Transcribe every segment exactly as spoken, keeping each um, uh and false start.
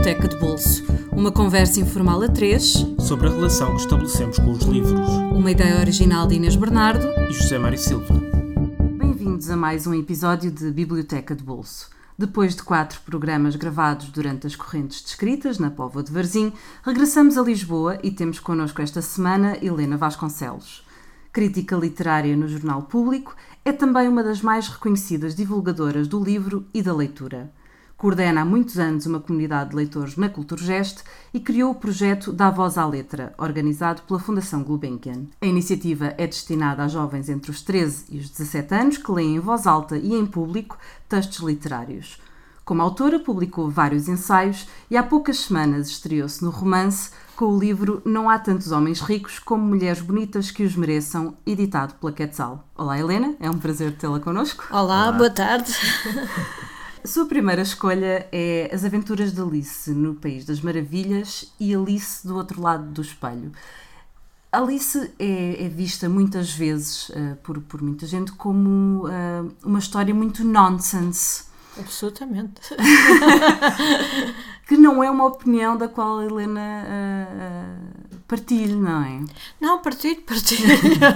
Biblioteca de Bolso, uma conversa informal a três sobre a relação que estabelecemos com os livros. Uma ideia original de Inês Bernardo e José Mário Silva. Bem-vindos a mais um episódio de Biblioteca de Bolso. Depois de quatro programas gravados durante as correntes de escritas na Póvoa de Varzim, regressamos a Lisboa e temos connosco esta semana Helena Vasconcelos. Crítica literária no Jornal Público, é também uma das mais reconhecidas divulgadoras do livro e da leitura. Coordena há muitos anos uma comunidade de leitores na Culturgest e criou o projeto Dá Voz à Letra, organizado pela Fundação Gulbenkian. A iniciativa é destinada a jovens entre os treze e os dezassete anos que leem em voz alta e em público textos literários. Como autora, publicou vários ensaios e há poucas semanas estreou-se no Romance com o livro Não Há Tantos Homens Ricos como Mulheres Bonitas que os Mereçam, editado pela Quetzal. Olá, Helena, é um prazer tê-la connosco. Olá, Olá. Boa tarde. A sua primeira escolha é As Aventuras de Alice no País das Maravilhas e Alice do Outro Lado do Espelho. Alice é, é vista muitas vezes uh, por, por muita gente como uh, uma história muito nonsense. Absolutamente. Que não é uma opinião da qual a Helena uh, uh, partilhe, não é? Não, partilho, partilho.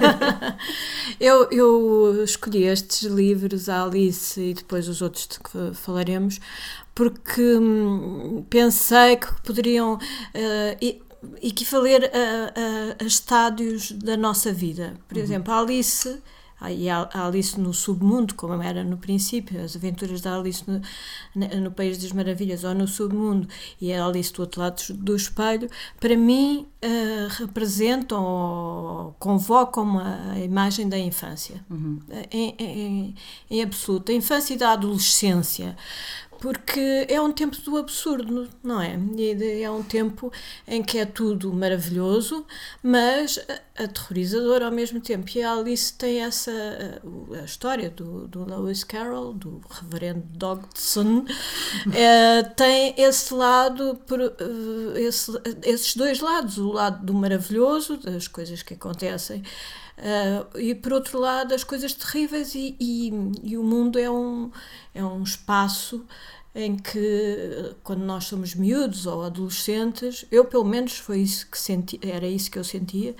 eu, eu escolhi estes livros, a Alice e depois os outros de que falaremos, porque hum, pensei que poderiam uh, equivaler a, a, a estádios da nossa vida. Por uhum. exemplo, a Alice... E a Alice no Submundo, como era no princípio, as aventuras da Alice no, no País das Maravilhas ou no Submundo e a Alice do Outro Lado do Espelho, para mim uh, representam ou convocam a imagem da infância, uhum. em, em, em absoluto, a infância e da adolescência. Porque é um tempo do absurdo, não é? É um tempo em que é tudo maravilhoso, mas aterrorizador ao mesmo tempo. E a Alice tem essa a história do, do Lewis Carroll, do reverendo Dodgson, é, tem esse lado, esse, esses dois lados, o lado do maravilhoso, das coisas que acontecem, Uh, e por outro lado as coisas terríveis e, e, e o mundo é um, é um espaço em que quando nós somos miúdos ou adolescentes, eu pelo menos foi isso que senti, era isso que eu sentia,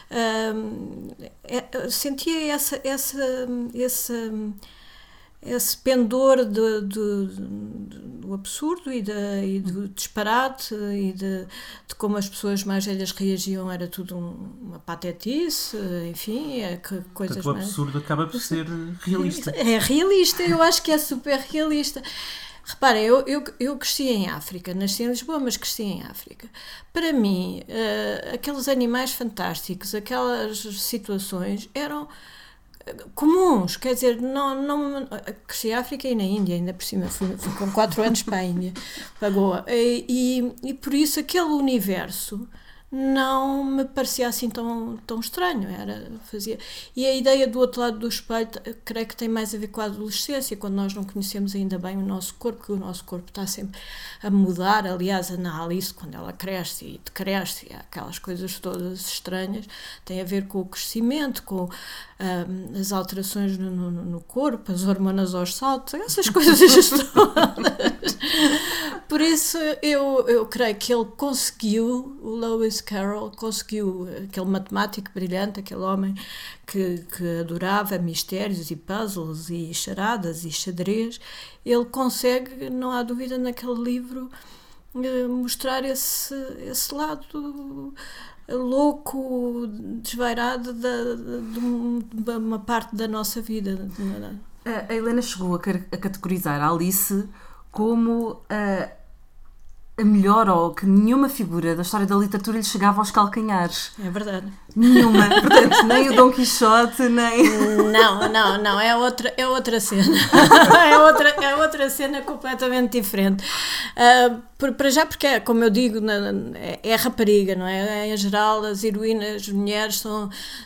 uh, é, sentia essa, essa, essa esse pendor de, de, de, do absurdo e, de, e do disparate e de, de como as pessoas mais velhas reagiam, era tudo um, uma patetice, enfim, é que coisas Portanto, o mais... absurdo acaba por ser realista. É realista, eu acho que é super realista. Reparem, eu, eu, eu cresci em África, nasci em Lisboa, mas cresci em África. Para mim, uh, aqueles animais fantásticos, aquelas situações eram comuns, quer dizer, não, não, cresci em África e na Índia, ainda por cima, fui, fui com quatro anos para a Índia, para Goa, e, e, e por isso aquele universo não me parecia assim tão, tão estranho, era, fazia... E a ideia do outro lado do espelho, creio que tem mais a ver com a adolescência, quando nós não conhecemos ainda bem o nosso corpo, porque o nosso corpo está sempre a mudar. Aliás, a Alice, quando ela cresce e decresce, e aquelas coisas todas estranhas, tem a ver com o crescimento, com um, as alterações no, no, no corpo, as hormonas aos saltos, essas coisas todas. Por isso, eu, eu creio que ele conseguiu, o Lewis Carroll conseguiu, aquele matemático brilhante, aquele homem que, que adorava mistérios e puzzles e charadas e xadrez, ele consegue, não há dúvida naquele livro, mostrar esse, esse lado louco, desvairado de, de uma parte da nossa vida. A Helena chegou a categorizar a Alice como a a melhor, ou que nenhuma figura da história da literatura lhe chegava aos calcanhares. É verdade. Nenhuma. Portanto, nem o Dom Quixote, nem... Não, não, não. É outra, é outra cena. é, outra, é outra cena completamente diferente. Uh, por, para já porque, é, como eu digo, na, é, é rapariga, não é? Em geral, as heroínas, as mulheres são...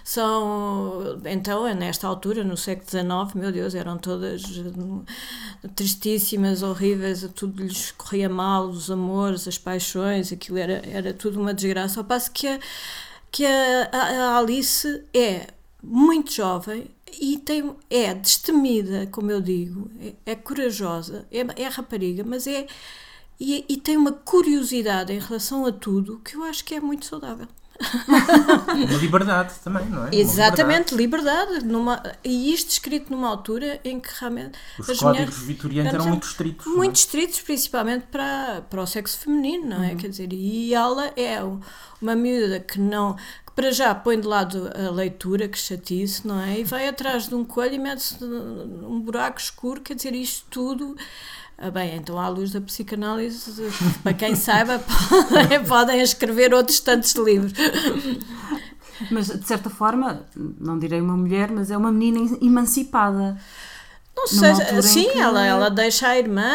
são então, nesta altura, no século dezenove, meu Deus, eram todas tristíssimas, horríveis, tudo lhes corria mal, os amores, as paixões, aquilo era, era tudo uma desgraça. Ao passo que a, que a, a Alice é muito jovem e tem, é destemida, como eu digo, é, é corajosa, é, é rapariga, mas é, e, e tem uma curiosidade em relação a tudo que eu acho que é muito saudável. Uma liberdade também, não é? Exatamente, liberdade, liberdade numa, e isto escrito numa altura em que realmente os as códigos mulheres vitorianos eram muito estritos. Muito não é? estritos, principalmente para, para o sexo feminino, não é? Uhum. Quer dizer, e ela é uma miúda que não, que para já põe de lado a leitura, que chatice, não é? E vai atrás de um coelho e mete-se num buraco escuro, quer dizer, isto tudo. Ah, bem, então à luz da psicanálise, para quem saiba, podem, podem escrever outros tantos livros. Mas, de certa forma, não direi uma mulher, mas é uma menina emancipada. Não sei, sim, que... ela, ela deixa a irmã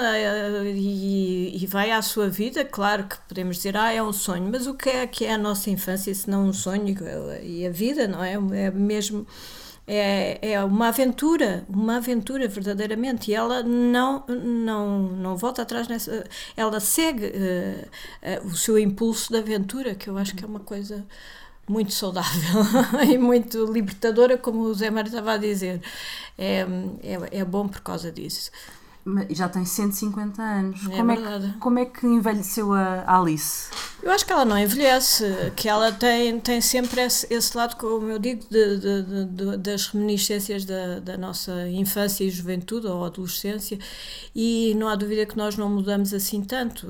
e, e vai à sua vida, claro que podemos dizer, ah, é um sonho, mas o que é que é a nossa infância se não um sonho e a vida, não é? É mesmo... É, é uma aventura, uma aventura verdadeiramente, e ela não, não, não volta atrás nessa, ela segue uh, uh, o seu impulso de aventura, que eu acho que é uma coisa muito saudável e muito libertadora, como o Zé Mário estava a dizer. É, é, é bom por causa disso. Já tem cento e cinquenta anos. É como, é verdade. que, como é que envelheceu a Alice? Eu acho que ela não envelhece, que ela tem, tem sempre esse, esse lado, como eu digo, de, de, de, de, das reminiscências da, da nossa infância e juventude ou adolescência, e não há dúvida que nós não mudamos assim tanto.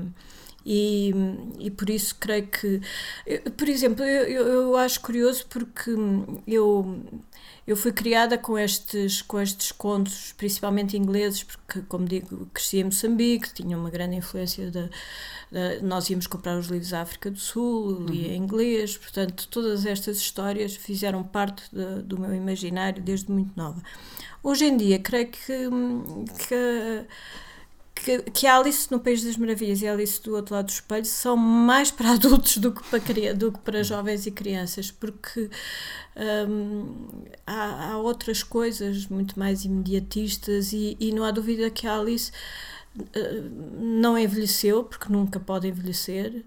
E, e por isso creio que... Por exemplo, eu, eu acho curioso porque eu... Eu fui criada com estes, com estes contos, principalmente ingleses, porque, como digo, cresci em Moçambique, tinha uma grande influência da, da... Nós íamos comprar os livros da África do Sul, lia em inglês, portanto, todas estas histórias fizeram parte de, do meu imaginário desde muito nova. Hoje em dia, creio que... que Que, que a Alice no País das Maravilhas e a Alice do Outro Lado do Espelho são mais para adultos do que para, do que para jovens e crianças, porque hum, há, há outras coisas muito mais imediatistas e, e não há dúvida que a Alice uh, não envelheceu, porque nunca pode envelhecer,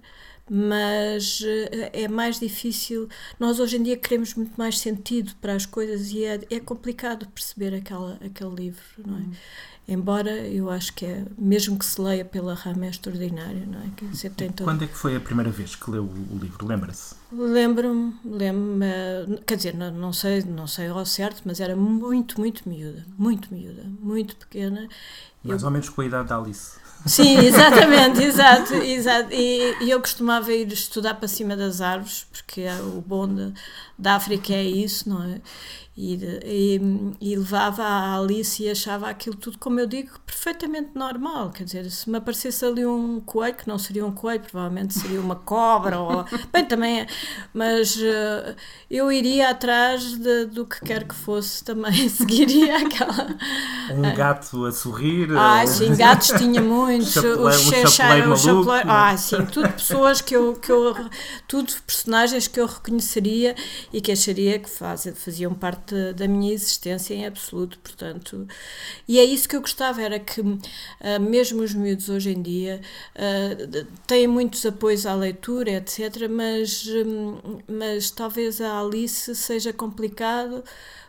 mas uh, é mais difícil. Nós hoje em dia queremos muito mais sentido para as coisas e é, é complicado perceber aquela, aquele livro, não é? Hum. Embora eu acho que é, mesmo que se leia pela rama, é extraordinário, não é? Que você tem todo... Quando é que foi a primeira vez que leu o livro? Lembra-se? Lembro-me, lembro-me, quer dizer, não, não sei, não sei ao certo, mas era muito, muito miúda, muito miúda, muito pequena. Mais eu... ou menos com a idade da Alice. Sim, exatamente, exato, exato. E, e eu costumava ir estudar para cima das árvores, porque é, o bom de, da África é isso, não é? E, e, e levava a Alice e achava aquilo tudo, como eu digo, perfeitamente normal. Quer dizer, se me aparecesse ali um coelho, que não seria um coelho, provavelmente seria uma cobra, ou, bem, também é, mas uh, eu iria atrás de, do que quer que fosse também, seguiria aquela... Um gato a sorrir. Ah, ou... sim, gatos tinha muitos, chapeleiro, os um chapeleiro maluco. Ah, sim, tudo pessoas que eu, que eu, tudo personagens que eu reconheceria e que acharia que faz, faziam parte da minha existência em absoluto, portanto, e é isso que eu gostava, era que uh, mesmo os miúdos hoje em dia uh, têm muitos apoios à leitura, etcétera, mas, um, mas talvez a Alice seja complicado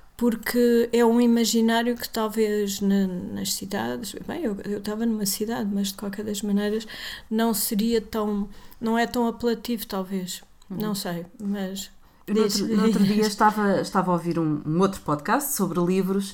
porque é um imaginário que talvez na, nas cidades, bem, eu, eu estava numa cidade, mas de qualquer das maneiras não seria tão, não é tão apelativo talvez, uhum. Não sei, mas... No outro, no outro dia estava, estava a ouvir um, um outro podcast sobre livros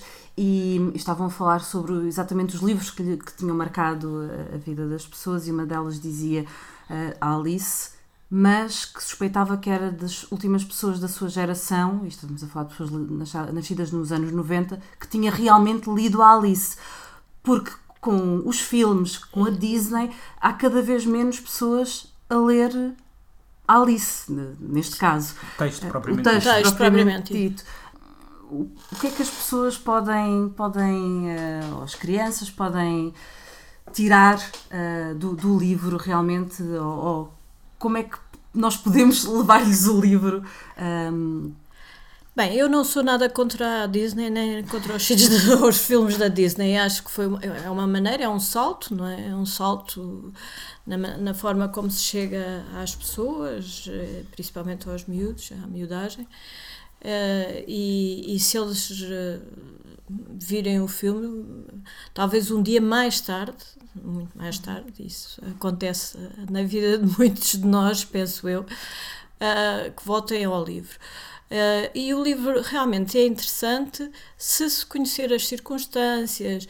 e estavam a falar sobre exatamente os livros que, que tinham marcado a, a vida das pessoas, e uma delas dizia uh, a Alice, mas que suspeitava que era das últimas pessoas da sua geração, e estamos a falar de pessoas nascidas nos anos noventa, que tinha realmente lido a Alice, porque com os filmes, com a Disney, há cada vez menos pessoas a ler Alice, neste caso. O texto propriamente, o texto, texto propriamente dito. O que é que as pessoas podem, podem uh, ou as crianças podem tirar uh, do, do livro realmente, ou, ou como é que nós podemos levar-lhes o livro? Um... Bem, eu não sou nada contra a Disney, nem contra os, de, os filmes da Disney. Acho que foi uma, é uma maneira, é um salto, não é? É um salto na, na forma como se chega às pessoas, principalmente aos miúdos, à miudagem. Uh, e, e se eles uh, virem o filme, talvez um dia mais tarde, muito mais tarde, isso acontece na vida de muitos de nós, penso eu, uh, que voltem ao livro. Uh, e o livro realmente é interessante se se conhecer as circunstâncias,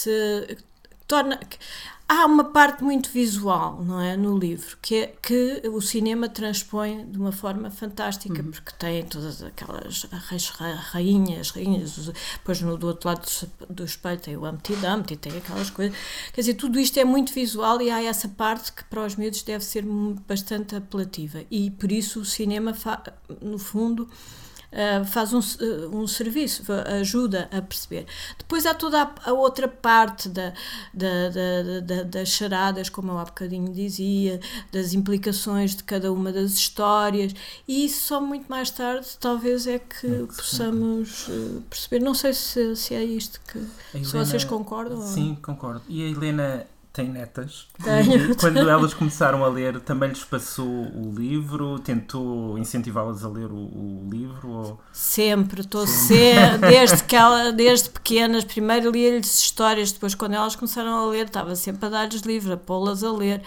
se torna... Há uma parte muito visual, não é, no livro, que, é, que o cinema transpõe de uma forma fantástica, uhum. porque tem todas aquelas as rainhas, rainhas, depois no, do outro lado do, do espelho tem o Humpty Dumpty, tem aquelas coisas, quer dizer, tudo isto é muito visual e há essa parte que para os miúdos deve ser bastante apelativa e por isso o cinema, fa, no fundo, Uh, faz um, uh, um serviço, ajuda a perceber. Depois há toda a, a outra parte da, da, da, da, das charadas, como eu há bocadinho dizia, das implicações de cada uma das histórias, e isso só muito mais tarde talvez é que, é que possamos uh, perceber. Não sei se, se é isto que Helena, se vocês concordam. Sim, ou... concordo. E a Helena tem netas. Tenho. E quando elas começaram a ler, também lhes passou o livro? Tentou incentivá-las a ler o, o livro? Ou... Sempre, estou sempre, desde, que ela, desde pequenas, primeiro lia-lhes histórias, depois quando elas começaram a ler, estava sempre a dar-lhes livro, a pô-las a ler.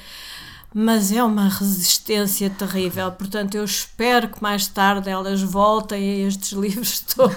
Mas é uma resistência terrível, portanto eu espero que mais tarde elas voltem a estes livros todos,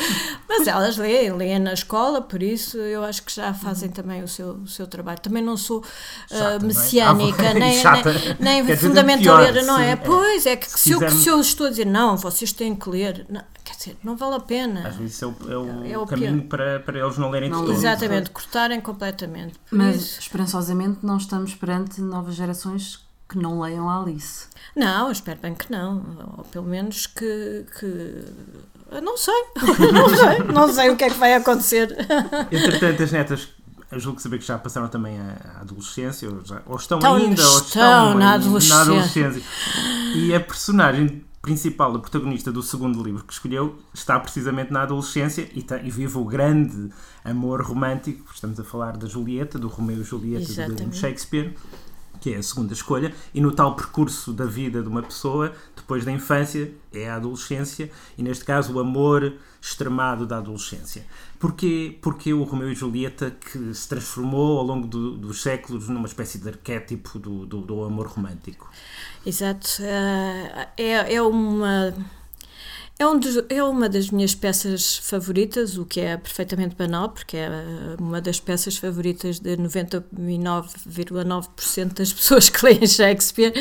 mas elas leem, leem na escola, por isso eu acho que já fazem também o seu, o seu trabalho. Também não sou uh, messiânica, é? nem, nem, nem fundamentalista, não é? Sim, pois, é que se, se, eu, quisermos... se eu estou a dizer, não, vocês têm que ler... Não, quer dizer, não vale a pena. Às vezes é o, é o, é o caminho para, para eles não lerem de todo. Exatamente, cortarem completamente. Por Mas, isso... esperançosamente, não estamos perante novas gerações que não leiam a Alice. Não, eu espero bem que não. Ou pelo menos que... que... Não sei. não sei. Não sei o que é que vai acontecer. Entretanto, as netas... Eu julgo saber que já passaram também à adolescência, ou, já, ou estão, estão ainda, estão ou estão na em, adolescência. na adolescência. E a personagem principal, a protagonista do segundo livro que escolheu, está precisamente na adolescência e, tem, e vive o grande amor romântico. Estamos a falar da Julieta, do Romeu e Julieta de, de Shakespeare, que é a segunda escolha, e no tal percurso da vida de uma pessoa, depois da infância, é a adolescência, e neste caso o amor extremado da adolescência. Porquê, porquê o Romeu e Julieta que se transformou ao longo do, dos séculos numa espécie de arquétipo do, do, do amor romântico? Exato. Uh, é, é uma... É, um dos, é uma das minhas peças favoritas, o que é perfeitamente banal, porque é uma das peças favoritas de noventa e nove vírgula nove por cento das pessoas que leem Shakespeare,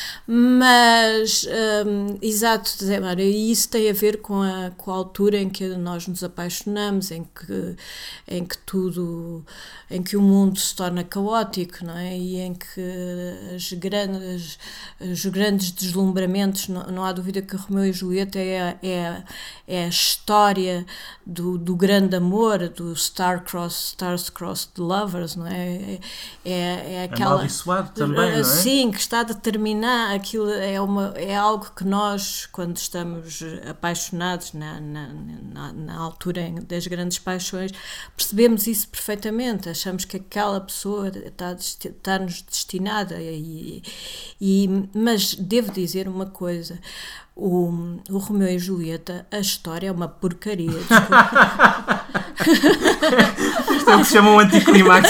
mas, um, exato, Zé Mário, e isso tem a ver com a, com a altura em que nós nos apaixonamos, em que, em que tudo, em que o mundo se torna caótico, não é? E em que as grandes, os grandes deslumbramentos, não, não há dúvida que Romeu e Julieta é, é É, é a história do, do grande amor, do star-crossed stars crossed lovers, não é? É, é, é aquela... Amaldiçoado também, não é? Sim, que está a determinar aquilo, é, uma, é algo que nós, quando estamos apaixonados na, na, na, na altura das grandes paixões, percebemos isso perfeitamente, achamos que aquela pessoa está, está-nos destinada, e, e, mas devo dizer uma coisa, O, o Romeu e Julieta, a história é uma porcaria. Isto é o que se chama um anticlimax.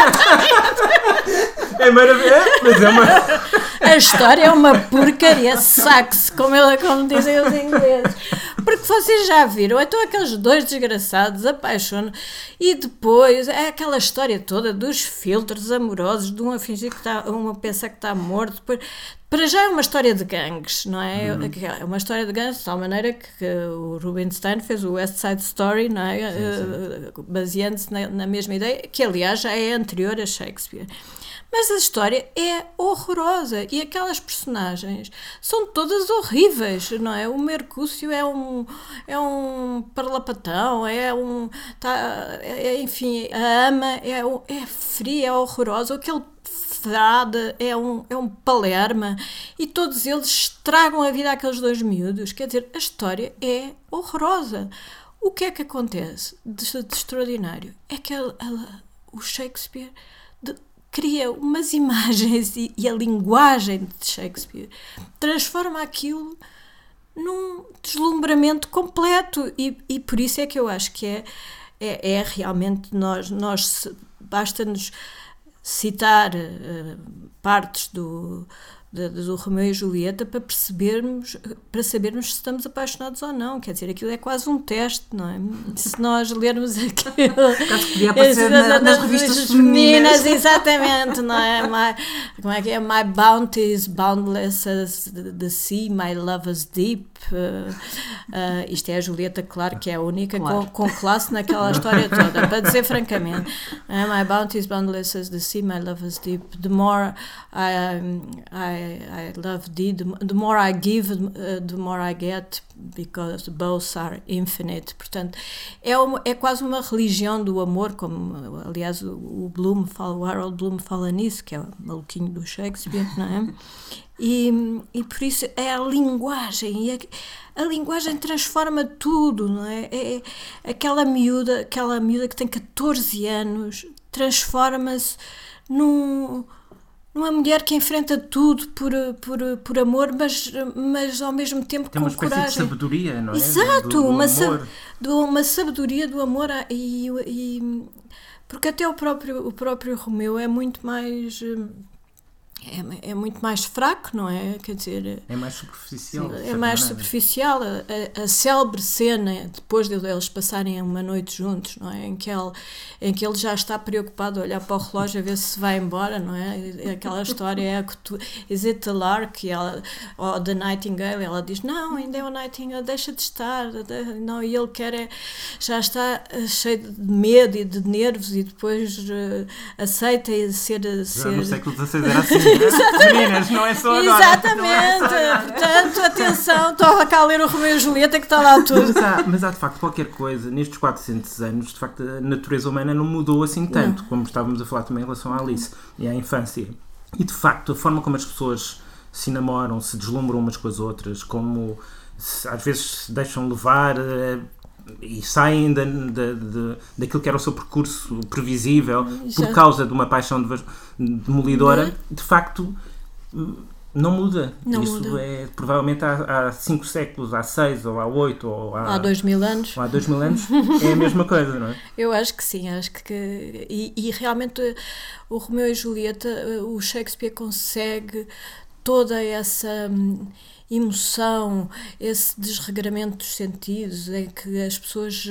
É maravilhoso, mas é uma... A história é uma porcaria, saque-se, como, como dizem os ingleses. Porque vocês já viram, então aqueles dois desgraçados apaixonam e depois é aquela história toda dos filtros amorosos, de um a fingir que está, um a pensar que está morto, depois... Para já é uma história de gangues, não é? Uhum. É uma história de gangues, de tal maneira que o Rubinstein fez o West Side Story, não é? Sim, sim. Uh, baseando-se na, na mesma ideia, que aliás já é anterior a Shakespeare. Mas a história é horrorosa e aquelas personagens são todas horríveis, não é? O Mercúcio é um, é um parlapatão, é um... Tá, é, enfim, a ama é, é fria, é horrorosa, aquele Frade é um, é um palerma e todos eles estragam a vida àqueles dois miúdos. Quer dizer, a história é horrorosa. O que é que acontece de, de extraordinário? É que ela, ela, o Shakespeare de, cria umas imagens e, e a linguagem de Shakespeare transforma aquilo num deslumbramento completo e, e por isso é que eu acho que é é, é realmente nós, nós basta-nos citar uh, partes do, do, do Romeu e Julieta para percebermos, para sabermos se estamos apaixonados ou não. Quer dizer, aquilo é quase um teste, não é? Se nós lermos aquilo... Caso podia aparecer na, nas, nas revistas femininas. femininas. Exatamente, não é? My, como é que é? My bounty is boundless as the sea, my love is deep. Uh, uh, isto é a Julieta, claro, que é a única claro. com, com classe naquela história toda, para dizer francamente. Uh, my bounty is boundless as the sea, my love is deep. The more I, I, I love thee, the, the more I give, uh, the more I get, because both are infinite. Portanto, é, uma, é quase uma religião do amor, como aliás o, o Bloom fala, o Harold Bloom fala nisso, que é o maluquinho do Shakespeare, não é? E, e por isso é a linguagem, e a, a linguagem transforma tudo, não é? É, é aquela miúda, aquela miúda que tem catorze anos transforma-se num, numa mulher que enfrenta tudo por, por, por amor, mas, mas ao mesmo tempo tem com uma espécie coragem. de sabedoria, não é? Exato, do, do uma, amor. do, uma sabedoria do amor e, e porque até o próprio, o próprio Romeu é muito mais... É, é muito mais fraco, não é? Quer dizer... É mais superficial. Sim, é mais maneira. superficial. A, a, a célebre cena, depois de eles passarem uma noite juntos, não é? Em que, ele, em que ele já está preocupado a olhar para o relógio a ver se vai embora, não é? Aquela história é a Is it the lark? E ela, ou The Nightingale, ela diz, não, ainda é o Nightingale, deixa de estar. Não, e ele quer é, já está cheio de medo e de nervos e depois uh, aceita ser... Já ser... no século dezasseis era assim. Meninas, não é só agora. Exatamente, é só agora. Portanto, atenção, estou cá a ler o Romeu e Julieta que está lá tudo. Mas há, mas há de facto qualquer coisa, nestes quatrocentos anos, de facto a natureza humana não mudou assim tanto, não. Como estávamos a falar também em relação à Alice e à infância. E de facto, a forma como as pessoas se namoram, se deslumbram umas com as outras, como se, às vezes se deixam levar... e saem da, da, da, daquilo que era o seu percurso previsível por causa de uma paixão demolidora, de facto não muda. Não Isso muda. É provavelmente há, há cinco séculos, há seis ou há oito ou há, há dois mil anos. Ou há dois mil anos é a mesma coisa, não é? Eu acho que sim, acho que e, e realmente o Romeu e Julieta, o Shakespeare consegue toda essa emoção, esse desregramento dos sentidos em que as pessoas...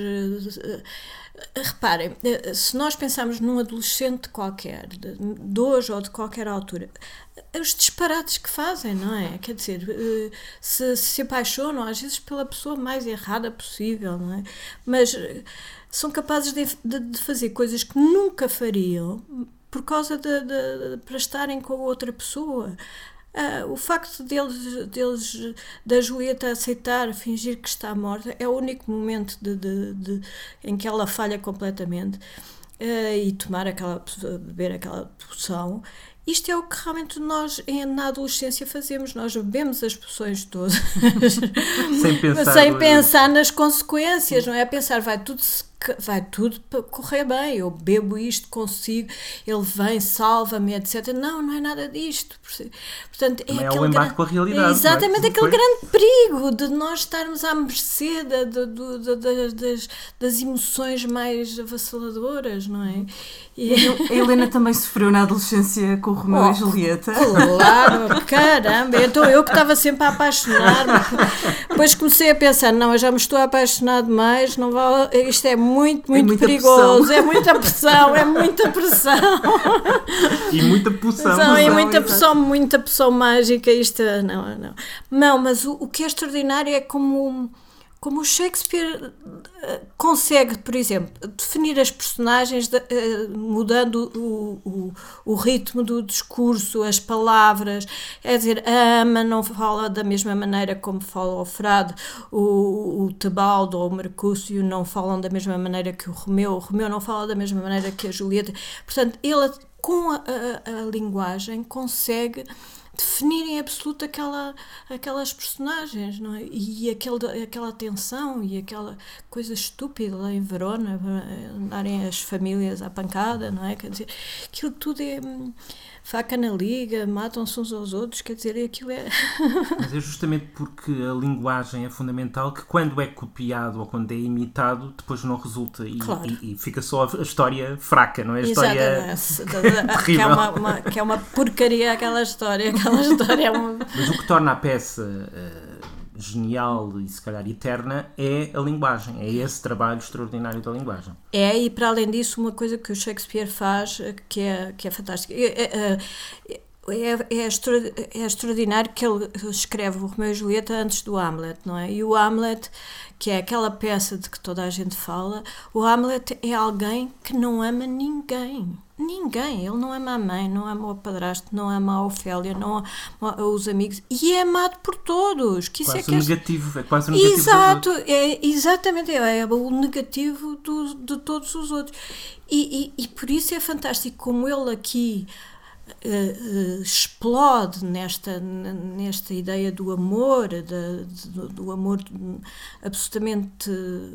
Reparem, se nós pensarmos num adolescente qualquer, de hoje ou de qualquer altura, os disparates que fazem, não é? Quer dizer, se se apaixonam às vezes pela pessoa mais errada possível, não é? Mas são capazes de, de, de fazer coisas que nunca fariam por causa de, de, de para estarem com outra pessoa. Uh, o facto deles, deles, da Julieta aceitar, fingir que está morta, é o único momento de, de, de, em que ela falha completamente uh, e tomar aquela, beber aquela poção. Isto é o que realmente nós na adolescência fazemos, nós bebemos as poções todas sem pensar, sem pensar nas consequências, não é? A pensar, vai tudo, vai tudo correr bem, eu bebo isto, consigo, ele vem, salva-me, etcétera. Não, não é nada disto. Portanto, é, é aquele o embate grande, com a realidade. É exatamente não é? aquele grande perigo de nós estarmos à mercê da, da, da, da, das, das emoções mais avassaladoras, não é? E a Helena também sofreu na adolescência com o Romeu oh, e Julieta. Claro, caramba, então eu que estava sempre a apaixonar-me. Depois comecei a pensar, não, eu já me estou a apaixonar demais, não vale, isto é muito, muito é perigoso, pressão. é muita pressão, é muita pressão. E muita poção. Não, e muita poção, muita poção mágica, isto, não, não. Não, mas o, o que é extraordinário é como... Como o Shakespeare consegue, por exemplo, definir as personagens de, uh, mudando o, o, o ritmo do discurso, as palavras, é dizer, a Ama não fala da mesma maneira como fala o Frade, o, o Tebaldo ou o Mercúcio não falam da mesma maneira que o Romeu, o Romeu não fala da mesma maneira que a Julieta. Portanto, ele, com a, a, a linguagem, consegue definir em absoluto aquela, aquelas personagens, não é? E aquele, aquela tensão e aquela coisa estúpida lá em Verona, andarem as famílias à pancada, não é? Quer dizer, aquilo tudo é faca na liga, matam-se uns aos outros, quer dizer, aquilo é... Mas é justamente porque a linguagem é fundamental que quando é copiado ou quando é imitado, depois não resulta e, Claro. e, e fica só a história fraca, não é? A história Exatamente. que, é uma, uma, que é uma porcaria aquela história, aquela história é uma... Mas o que torna a peça uh, genial e se calhar eterna é a linguagem, é esse trabalho extraordinário da linguagem. É, e para além disso, uma coisa que o Shakespeare faz que é, que é fantástica. É, é, é, é, extra, é extraordinário que ele escreve o Romeu e Julieta antes do Hamlet, não é? E o Hamlet, que é aquela peça de que toda a gente fala, o Hamlet é alguém que não ama ninguém. Ninguém. Ele não ama a mãe, não ama o padrasto, não ama a Ofélia, não ama os amigos. E é amado por todos. Que quase isso é o que negativo, é quase o negativo. Exato, é, exatamente, é, é o negativo do, de todos os outros. E, e, e por isso é fantástico como ele aqui uh, uh, explode nesta, nesta ideia do amor, de, de, do amor absolutamente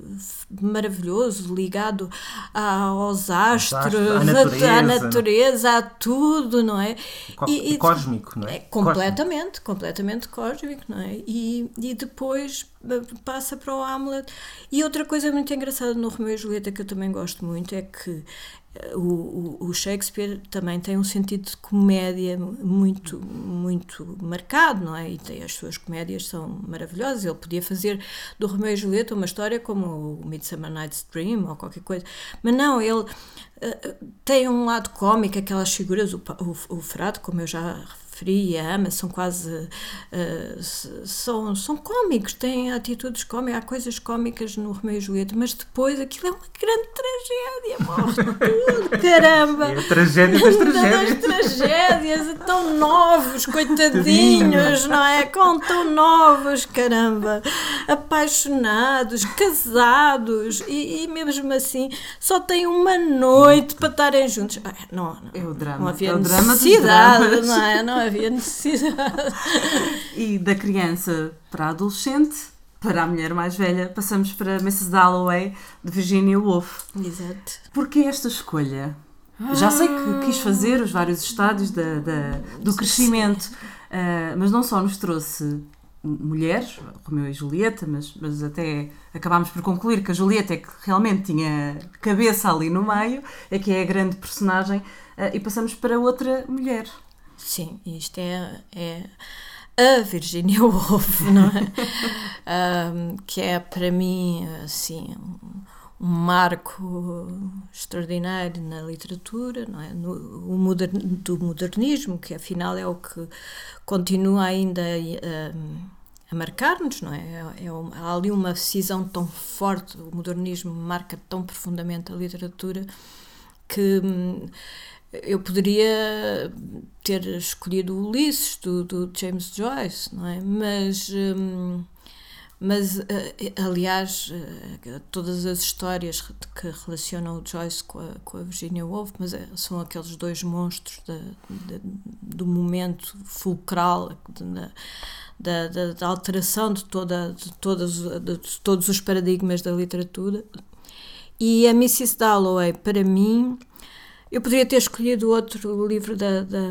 maravilhoso, ligado aos astros, à natureza, à, natureza, a tudo, não é? E, e cósmico, não é? É completamente, cósmico. completamente cósmico, não é? E, e depois passa para o Hamlet. E outra coisa muito engraçada no Romeu e Julieta que eu também gosto muito é que o, o, o Shakespeare também tem um sentido de comédia muito, muito marcado, não é? E tem, as suas comédias são maravilhosas. Ele podia fazer do Romeu e Julieta uma história como o Midsummer Night's Dream ou qualquer coisa, mas não, ele uh, tem um lado cómico, aquelas figuras, o, o, o Frado, como eu já referi, e a Ama, são quase uh, são, são cómicos, têm atitudes cómicas, há coisas cómicas no Romeu e Julieta, mas depois aquilo é uma grande tragédia, morre tudo, caramba, é a tragédia das tragédias, das tragédias, tão novos, coitadinhos, não é? Com tão novos, caramba, apaixonados, casados e, e mesmo assim só têm uma noite para estarem juntos. Ah, não, não, é o drama, não havia é o drama necessidade, não é? Não havia necessidade. E da criança para a adolescente, para a mulher mais velha, passamos para missus Dalloway, de Virginia Woolf. Exato. Porquê esta escolha? Já sei que quis fazer os vários estádios da, da, do crescimento, uh, mas não só nos trouxe mulheres, Romeu e Julieta, mas, mas até acabámos por concluir que a Julieta é que realmente tinha cabeça ali no meio, é que é a grande personagem, uh, e passamos para outra mulher. Sim, isto é, é a Virginia Woolf, não é? um, que é para mim assim, um, um marco extraordinário na literatura, não é? No, o modern, do modernismo, que afinal é o que continua ainda a, a marcar-nos, não é? É, é uma, há ali uma cisão tão forte, o modernismo marca tão profundamente a literatura que eu poderia ter escolhido o Ulisses do, do James Joyce, não é? Mas, hum, mas aliás, todas as histórias que relacionam o Joyce com a, com a Virginia Woolf, mas são aqueles dois monstros da, da, do momento fulcral da, da, da, da alteração de, toda, de, todas, de todos os paradigmas da literatura. E a missus Dalloway, para mim, eu poderia ter escolhido outro livro da, da,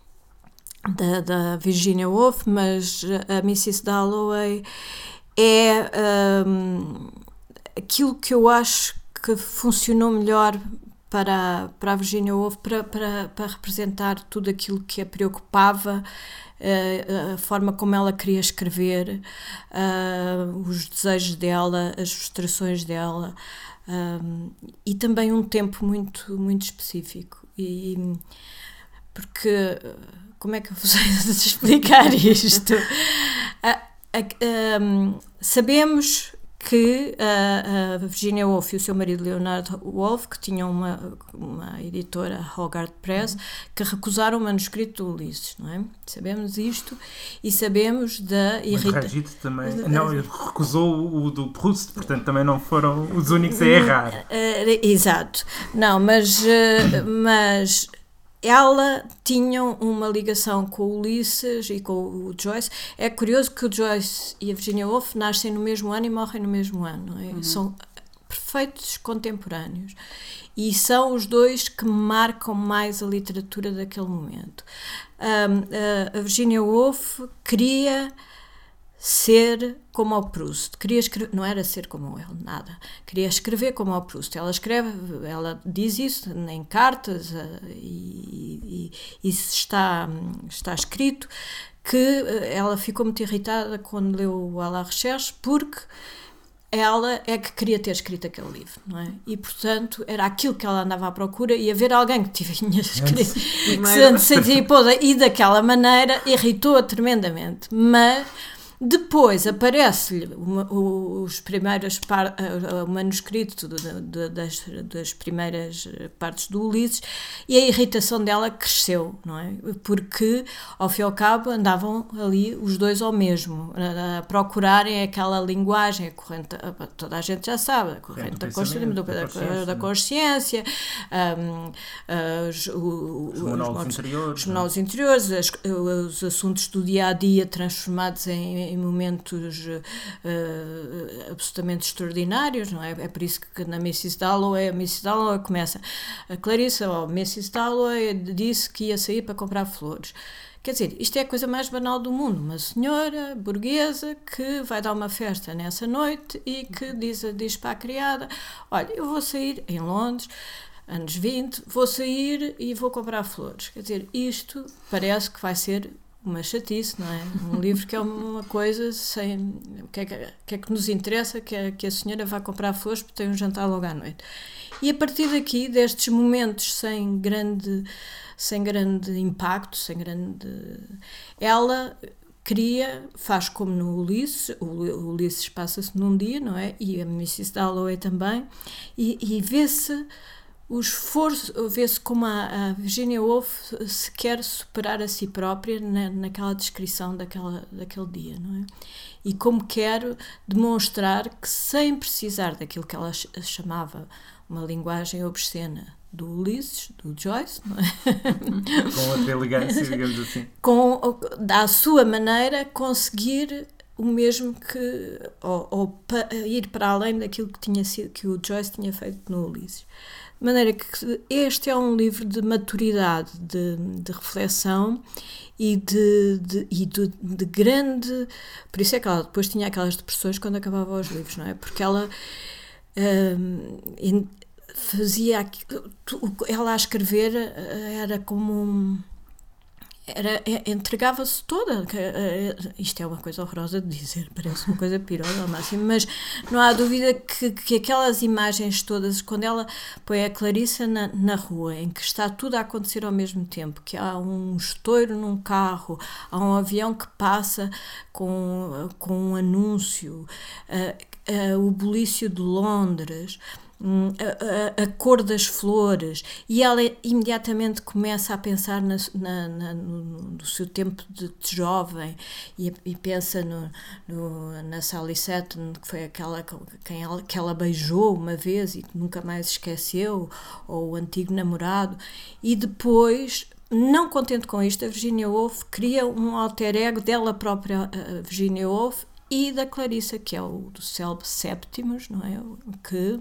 da, da Virginia Woolf, mas a missus Dalloway é um, aquilo que eu acho que funcionou melhor para, para a Virginia Woolf, para, para, para representar tudo aquilo que a preocupava, uh, a forma como ela queria escrever, uh, os desejos dela, as frustrações dela. Um, e também um tempo muito, muito específico, e, porque como é que eu vos hei de explicar isto? a, a, um, sabemos que a, a Virginia Woolf e o seu marido Leonard Woolf, que tinham uma, uma editora, Hogarth Press, que recusaram o manuscrito do Ulisses, não é? Sabemos isto e sabemos da irritação. também não, recusou o do Proust, portanto também não foram os únicos a errar. Uh, uh, exato. Não, mas, uh, mas ela tinha uma ligação com o Ulisses e com o Joyce. É curioso que o Joyce e a Virginia Woolf nascem no mesmo ano e morrem no mesmo ano, não é? Uhum. São perfeitos contemporâneos e são os dois que marcam mais a literatura daquele momento. Um, a, a Virginia Woolf queria ser como o Proust, queria escrever, não era ser como ele, nada, queria escrever como o Proust. Ela escreve, ela diz isso em cartas uh, e, e isso está, está escrito, que ela ficou muito irritada quando leu o À la Recherche, porque ela é que queria ter escrito aquele livro, não é? E, portanto, era aquilo que ela andava à procura, e haver alguém que tinha escrito, que se sentia podre, e daquela maneira irritou-a tremendamente. Mas depois aparece-lhe os primeiros par, o manuscrito de, de, das, das primeiras partes do Ulisses, e a irritação dela cresceu, não é? Porque, ao fim e ao cabo, andavam ali os dois ao mesmo, a, a procurarem aquela linguagem, a corrente, toda a gente já sabe, a corrente da consciência, da, consciência, da consciência um, as, o, os monólogos interiores, os, monólogos interiores as, os assuntos do dia-a-dia transformados em em momentos uh, absolutamente extraordinários, não é? É por isso que na missus Dalloway, a missus Dalloway começa, a Clarissa, ou missus Dalloway disse que ia sair para comprar flores. Quer dizer, isto é a coisa mais banal do mundo, uma senhora burguesa que vai dar uma festa nessa noite e que diz, diz para a criada, olha, eu vou sair em Londres, anos vinte, vou sair e vou comprar flores. Quer dizer, isto parece que vai ser uma chatice, não é? Um livro que é uma coisa sem... O que é que, que, é que nos interessa que a, que a senhora vá comprar flores porque tem um jantar logo à noite. E a partir daqui, destes momentos sem grande, sem grande impacto, sem grande... Ela cria, faz como no Ulisses, o Ulisses passa-se num dia, não é? E a missus Dalloway também, e, e vê-se o esforço, vê-se como a, a Virginia Woolf se quer superar a si própria na, naquela descrição daquela, daquele dia, não é? E como quer demonstrar que, sem precisar daquilo que ela chamava uma linguagem obscena do Ulisses, do Joyce, não é? Com outra elegância, digamos assim. Com, à sua maneira, conseguir o mesmo que, ou, ou pa, ir para além daquilo que, tinha sido, que o Joyce tinha feito no Ulisses. De maneira que este é um livro de maturidade, de, de reflexão e, de, de, e de, de grande... Por isso é que ela depois tinha aquelas depressões quando acabava os livros, não é? Porque ela hum, fazia... Ela a escrever era como um... Era, entregava-se toda, isto é uma coisa horrorosa de dizer, parece uma coisa pirosa ao máximo, mas não há dúvida que, que aquelas imagens todas, quando ela põe a Clarissa na, na rua, em que está tudo a acontecer ao mesmo tempo, que há um estouro num carro, há um avião que passa com, com um anúncio, uh, uh, o bulício de Londres, A, a, a cor das flores, e ela imediatamente começa a pensar na, na, na, no, no seu tempo de, de jovem e, e pensa no, no, na Sally Seton, que foi aquela quem ela, que ela beijou uma vez e que nunca mais esqueceu, ou o antigo namorado, e depois, não contente com isto, a Virginia Woolf cria um alter ego dela própria, a Virginia Woolf, e da Clarissa, que é o do Célebre Septimus, não é? Que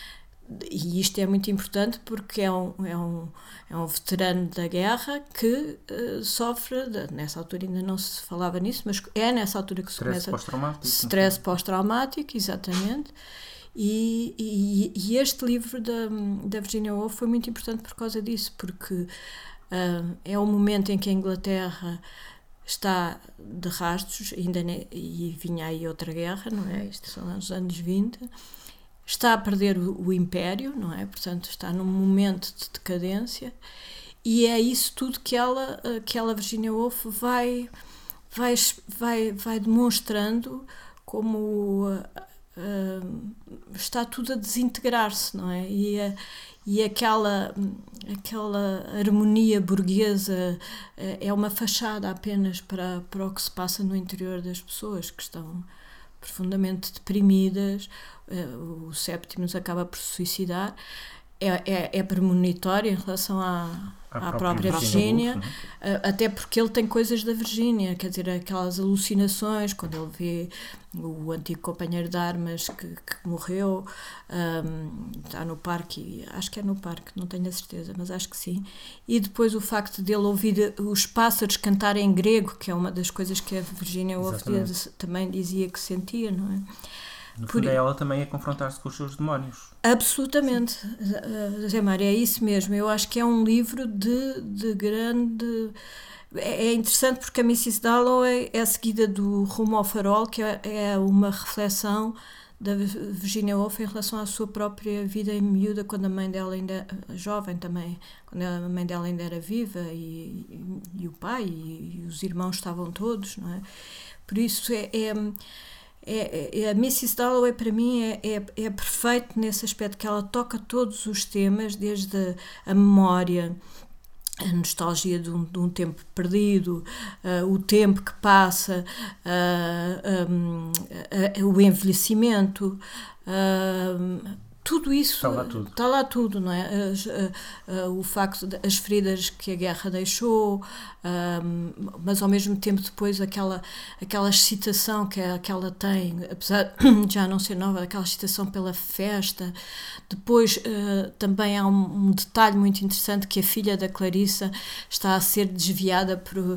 e isto é muito importante porque é um, é um, é um veterano da guerra que uh, sofre, de, nessa altura ainda não se falava nisso, mas é nessa altura que se stress começa... Pós-traumático. Stress pós-traumático, exatamente. E, e, e este livro da, da Virginia Woolf foi muito importante por causa disso, porque uh, é o momento em que a Inglaterra está de rastros, ainda ne, e vinha aí outra guerra, não é? Isto são os anos vinte... Está a perder o, o império, não é? Portanto, está num momento de decadência, e é isso tudo que ela, que ela Virginia Woolf, vai, vai, vai, vai demonstrando como uh, uh, está tudo a desintegrar-se, não é? E, uh, e aquela, aquela harmonia burguesa uh, é uma fachada apenas para, para o que se passa no interior das pessoas, que estão profundamente deprimidas. O Septimus acaba por se suicidar. é, é, é premonitório em relação à, à, à própria, própria Virgínia, Woolf, até porque ele tem coisas da Virgínia, quer dizer, aquelas alucinações, quando ele vê o antigo companheiro de armas que, que morreu, um, está no parque, acho que é no parque, não tenho a certeza, mas acho que sim, e depois o facto dele ouvir os pássaros cantarem em grego, que é uma das coisas que a Virginia Woolf também dizia que sentia, não é? No fundo, Por... ela também é confrontar-se com os seus demónios. Absolutamente, Zé Mário, é isso mesmo. Eu acho que é um livro de, de grande... É interessante porque a missus Dalloway é seguida do Rumo ao Farol, que é uma reflexão da Virginia Woolf em relação à sua própria vida em miúda, quando a mãe dela ainda jovem também, quando a mãe dela ainda era viva e, e, e o pai e, e os irmãos estavam todos, não é? Por isso é... é É, é, a missus Dalloway para mim é, é, é perfeito nesse aspecto, que ela toca todos os temas, desde a, a memória, a nostalgia de um, de um tempo perdido, uh, o tempo que passa, uh, um, uh, uh, o envelhecimento, uh, tudo isso está lá tudo, está lá tudo, não é? As, uh, uh, o facto de as feridas que a guerra deixou, uh, mas ao mesmo tempo depois aquela, aquela excitação que, a, que ela tem, apesar de já não ser nova, aquela excitação pela festa. Depois uh, também há um, um detalhe muito interessante, que a filha da Clarissa está a ser desviada por...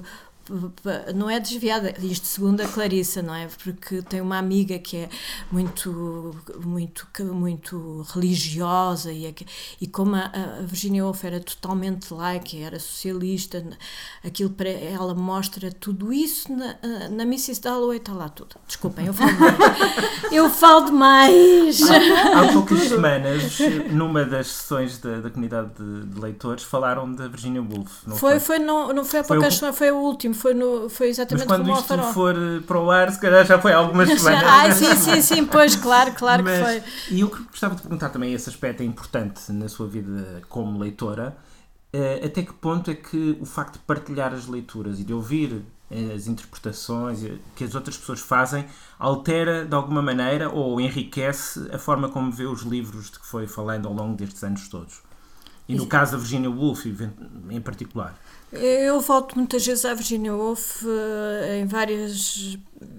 não é desviada, isto segundo a Clarissa, não é? Porque tem uma amiga que é muito, muito, muito religiosa e, e como a, a Virginia Woolf era totalmente laica, era socialista, aquilo para ela mostra tudo isso na, na missus Dalloway, está lá tudo. Desculpem, eu falo demais. Eu falo demais. Há, há poucas semanas, numa das sessões da, da comunidade de, de leitores, falaram da Virginia Woolf. Não foi, foi, foi, não, não foi há poucas semanas, foi o último. Foi, no, foi exatamente como ao Farol. Mas quando isto for para o ar, se calhar já foi há algumas semanas. Ah, sim, sim, sim, pois, claro, claro Mas, que foi. E eu gostava de perguntar também, esse aspecto é importante na sua vida como leitora, até que ponto é que o facto de partilhar as leituras e de ouvir as interpretações que as outras pessoas fazem altera de alguma maneira ou enriquece a forma como vê os livros de que foi falando ao longo destes anos todos? E no caso da Virginia Woolf em particular? Eu volto muitas vezes à Virginia Woolf uh, em vários,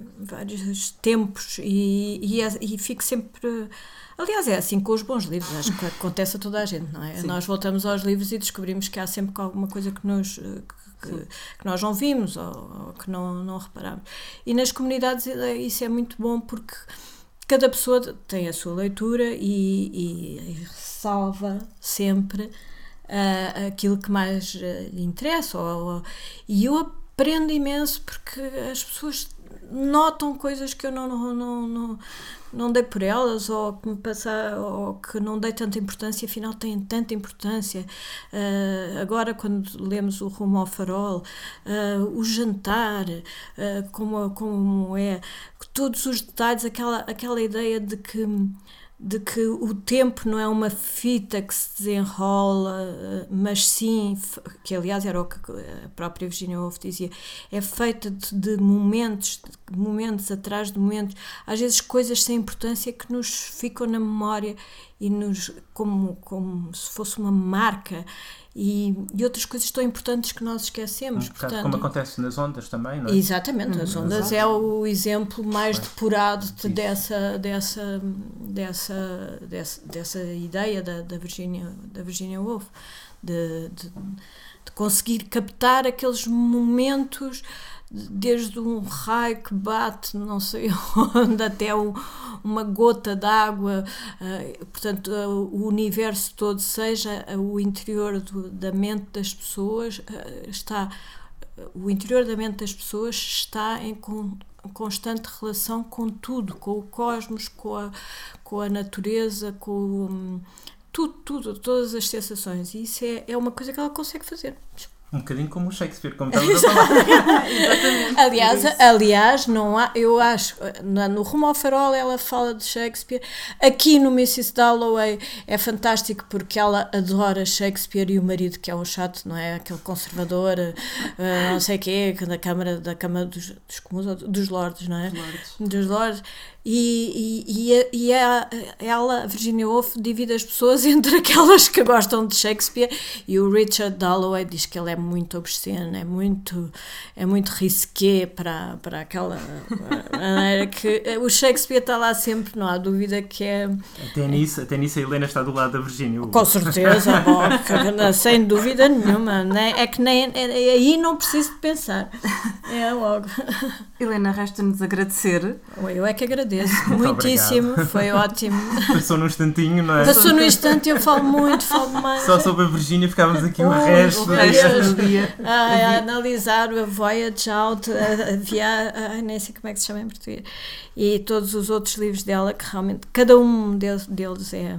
vários tempos e, e, é, e fico sempre... Aliás, é assim com os bons livros, acho que acontece a toda a gente, não é? Sim. Nós voltamos aos livros e descobrimos que há sempre alguma coisa que, nos, que, que nós não vimos ou, ou que não, não reparamos. E nas comunidades isso é muito bom porque cada pessoa tem a sua leitura e, e, e ressalva sempre Uh, aquilo que mais uh, lhe interessa ou, ou, e eu aprendo imenso porque as pessoas notam coisas que eu não, não, não, não, não dei por elas ou que me passar, ou que não dei tanta importância, afinal têm tanta importância. Uh, agora quando lemos o Rumo ao Farol, uh, o jantar, uh, como, como é, todos os detalhes, aquela, aquela ideia de que de que o tempo não é uma fita que se desenrola, mas sim, que aliás era o que a própria Virginia Woolf dizia, é feita de, de momentos, de momentos atrás de momentos, às vezes coisas sem importância que nos ficam na memória e nos, como, como se fosse uma marca. E, e outras coisas tão importantes que nós esquecemos. Um portanto, como acontece nas ondas também, não é? Exatamente, as ondas é o exemplo mais depurado de, dessa, dessa, dessa, dessa, dessa ideia da, da, Virginia, da Virginia Woolf, de, de, de conseguir captar aqueles momentos, desde um raio que bate não sei onde até um, uma gota d'água, uh, portanto uh, o universo todo, seja uh, o interior do, da mente das pessoas, uh, está uh, o interior da mente das pessoas está em con, constante relação com tudo, com o cosmos, com a, com a natureza, com um, tudo, tudo, todas as sensações, e isso é, é uma coisa que ela consegue fazer. Um bocadinho como o Shakespeare, como estamos a falar. Exatamente. Aliás, aliás, não há, eu acho, no Rumo ao Farol ela fala de Shakespeare, aqui no missus Dalloway é fantástico porque ela adora Shakespeare e o marido, que é um chato, não é? Aquele conservador, uh, não sei o quê, da Câmara, da Câmara dos, dos Comuns, dos Lordes, não é? Lordes. Dos Lordes. E, e, e, a, ela, a Virginia Woolf, divide as pessoas entre aquelas que gostam de Shakespeare, e o Richard Dalloway diz que ele é muito obsceno, é muito, é muito risqué para, para aquela maneira que o Shakespeare está lá sempre, não há dúvida que é... Até nisso, até nisso a Helena está do lado da Virginia Woolf. Com certeza, bom, sem dúvida nenhuma, né? É que nem, é, aí não preciso de pensar, é logo. Helena, resta-nos agradecer. Eu é que agradeço. Muitíssimo, obrigado. Foi ótimo. Passou num instantinho, não é? Passou num instante, eu falo muito, falo mais. Só sobre a Virgínia ficávamos aqui o oh, resto o do resto dia. dia. A, a analisar a Voyage Out, a, a via, a, nem sei como é que se chama em português, e todos os outros livros dela, que realmente, cada um deles, deles é...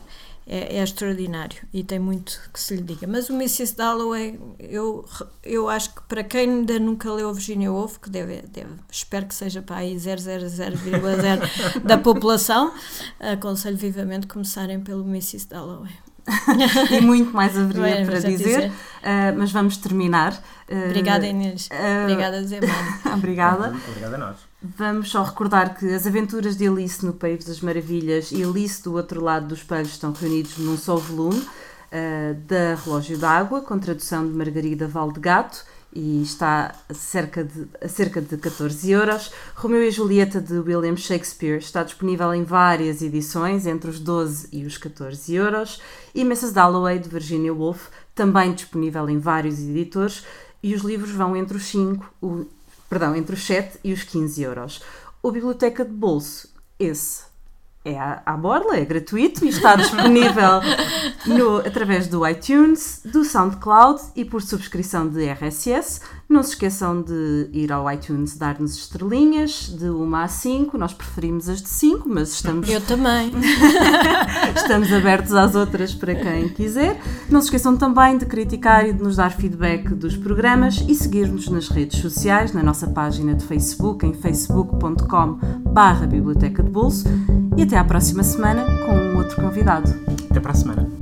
É, é extraordinário e tem muito que se lhe diga. Mas o missus Dalloway, eu, eu acho que para quem ainda nunca leu Virginia Woolf, que deve, deve, espero que seja para aí zero vírgula zero zero da população, aconselho vivamente começarem pelo missus Dalloway. E muito mais haveria Bem, para dizer, dizer. Uh, mas vamos terminar. Uh, Obrigada, Inês. Uh, Obrigada, Zé Mário. Obrigada. Obrigada a nós. Vamos só recordar que as aventuras de Alice no País das Maravilhas e Alice do Outro Lado do Espelho estão reunidos num só volume, uh, da Relógio d'Água, com tradução de Margarida Valdegato, e está a cerca de, a cerca de catorze euros. Romeu e Julieta, de William Shakespeare, está disponível em várias edições, entre os doze e os catorze euros. E missus Dalloway, de Virginia Woolf, também disponível em vários editores, e os livros vão entre os cinco, o, perdão, entre os sete e os quinze euros. O Biblioteca de Bolso, esse é à, à borla, é gratuito e está disponível no, através do iTunes, do SoundCloud e por subscrição de R S S. Não se esqueçam de ir ao iTunes, dar-nos estrelinhas de uma a cinco, nós preferimos as de cinco, mas estamos... Eu também. Estamos abertos às outras para quem quiser. Não se esqueçam também de criticar e de nos dar feedback dos programas e seguir-nos nas redes sociais, na nossa página de Facebook, em facebook ponto com barra Biblioteca de Bolso. E até à próxima semana com um outro convidado. Até para a semana.